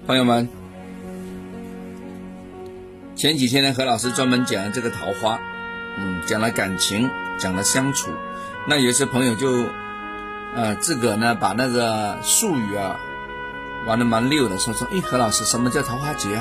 朋友们，前几天呢，何老师专门讲了这个桃花，讲了感情，讲了相处。那有些朋友就自个呢把那个术语玩得蛮溜的，说何老师，什么叫桃花劫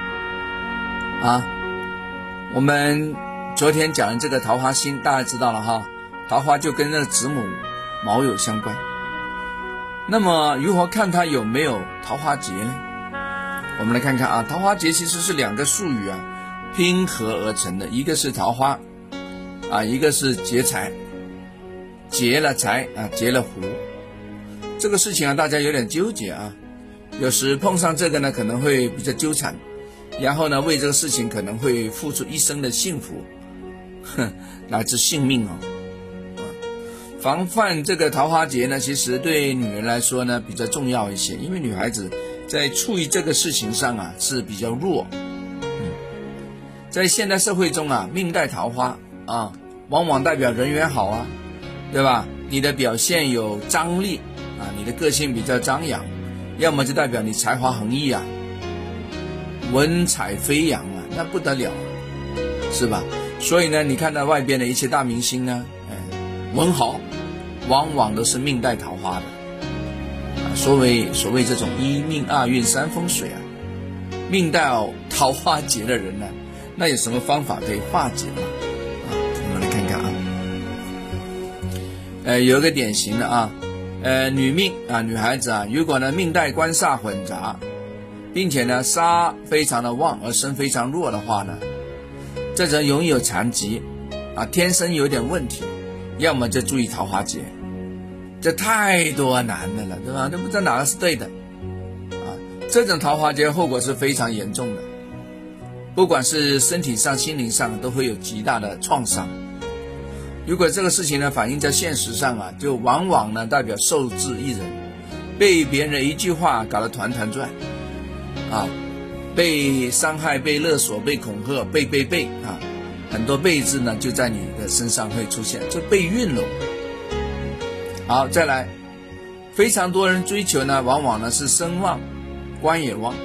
我们昨天讲的这个桃花星，大家知道了哈，桃花就跟那个子母卯酉相关。那么如何看它有没有桃花劫呢？我们来看看桃花劫其实是两个术语拼合而成的，一个是桃花一个是劫财，劫了财劫了福。这个事情大家有点纠结有时碰上这个呢可能会比较纠缠，然后呢为这个事情可能会付出一生的幸福乃至性命防范这个桃花劫呢，其实对女人来说呢比较重要一些，因为女孩子在处理这个事情上是比较弱。在现代社会中命带桃花往往代表人缘好对吧？你的表现有张力你的个性比较张扬，要么就代表你才华横溢文采飞扬那不得了是吧？所以呢，你看到外边的一些大明星呢，文豪往往都是命带桃花的。所谓这种一命二运三风水命带桃花劫的人呢，那有什么方法可以化解吗？我们来看看有一个典型的女命女孩子如果呢命带官煞混杂，并且呢煞非常的旺而身非常弱的话呢，这人容易有残疾天生有点问题，要么就注意桃花劫。这太多难的了，对吧？都不知道哪个是对的这种桃花劫后果是非常严重的，不管是身体上心灵上都会有极大的创伤。如果这个事情呢反映在现实上就往往呢代表受制一人，被别人一句话搞得团团转被伤害，被勒索，被恐吓，被很多被字呢就在你的身上会出现，就备孕了。好，再来，非常多人追求呢往往呢是身旺官也旺，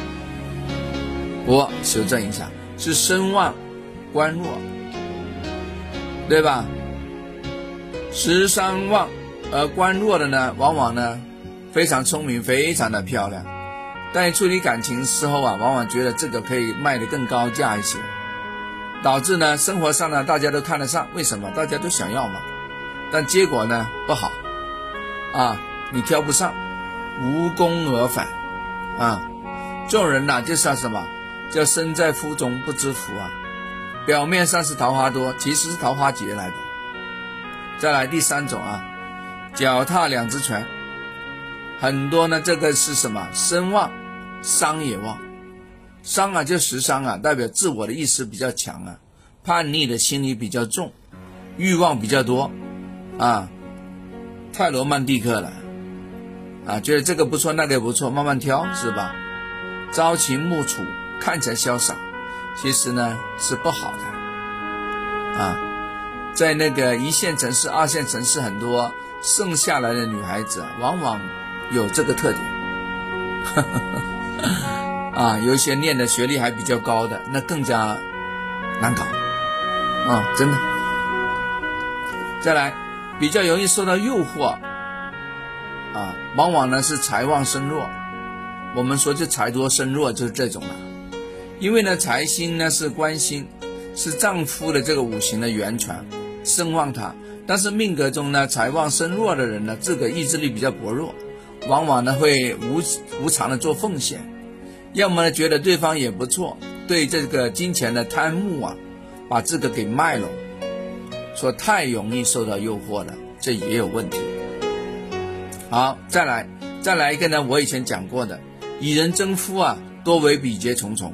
我修正一下，是身旺官弱，对吧？时伤旺而官弱的呢，往往呢非常聪明，非常的漂亮，但处理感情的时候往往觉得这个可以卖得更高价一些，导致呢生活上呢大家都看得上，为什么？大家都想要嘛，但结果呢不好你挑不上，无功而返这种人就是什么？叫身在福中不知福表面上是桃花多，其实是桃花劫来的。再来第三种脚踏两只船，很多呢这个是什么？身旺伤也旺，伤就时伤代表自我的意识比较强叛逆的心理比较重，欲望比较多太罗曼蒂克了觉得这个不错那个也不错，慢慢挑是吧？朝秦暮楚，看起来潇洒，其实呢是不好的在那个一线城市二线城市，很多剩下来的女孩子往往有这个特点有一些念的学历还比较高的，那更加难搞真的。再来，比较容易受到诱惑往往呢是财旺身弱。我们说就财多身弱就是这种了，因为呢财星呢是官星，是丈夫的这个五行的源泉，身旺他，但是命格中呢财旺身弱的人呢，这个意志力比较薄弱，往往呢会无偿的做奉献，要么呢觉得对方也不错，对这个金钱的贪慕把这个给卖了，说太容易受到诱惑了，这也有问题。好，再来一个呢，我以前讲过的，以人争夫多为比劫重重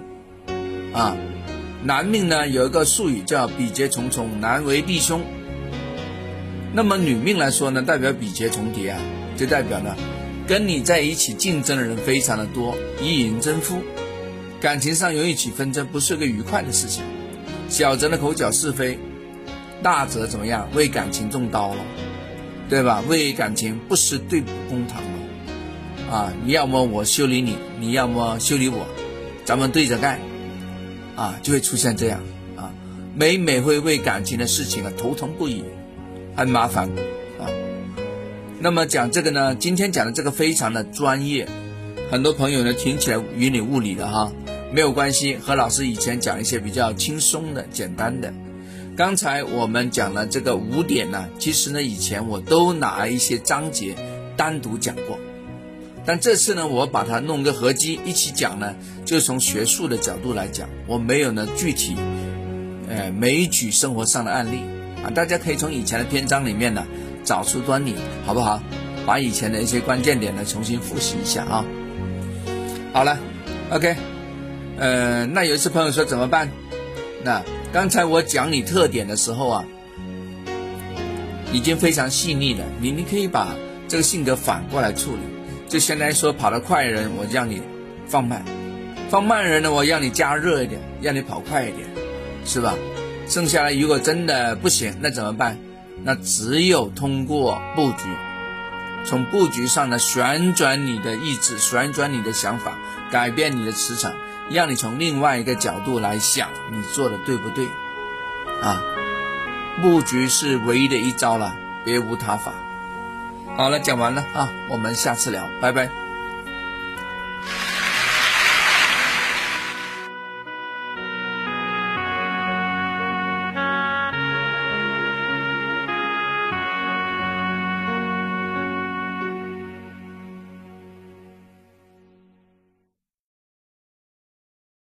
男命呢有一个术语叫比劫重重，难为弟兄。那么女命来说呢，代表比劫重叠就代表呢跟你在一起竞争的人非常的多，以人争夫，感情上容易起纷争，不是个愉快的事情。小则呢口角是非，大则怎么样？为感情中刀了，对吧？为感情不识对簿公堂了啊，你要么我修理你，你要么修理我，咱们对着干啊，就会出现这样啊，每会为感情的事情啊头疼不已，很麻烦啊。那么讲这个呢，今天讲的这个非常的专业，很多朋友呢听起来云里雾里的哈，没有关系，和老师以前讲一些比较轻松的简单的。刚才我们讲了这个5点呢，其实呢以前我都拿一些章节单独讲过，但这次呢我把它弄个合集一起讲呢，就从学术的角度来讲，我没有呢具体每举生活上的案例啊，大家可以从以前的篇章里面呢找出端倪，好不好？把以前的一些关键点呢重新复习一下啊。好了 OK， 那有一次朋友说怎么办？那刚才我讲你特点的时候啊，已经非常细腻了，你可以把这个性格反过来处理，就相当于说跑得快的人我让你放慢，放慢的人呢我让你加热一点，让你跑快一点，是吧？剩下来如果真的不行，那怎么办？那只有通过布局，从布局上呢旋转你的意志，旋转你的想法，改变你的磁场，让你从另外一个角度来想你做的对不对啊？布局是唯一的一招了，别无他法。好了，讲完了啊，我们下次聊，拜拜。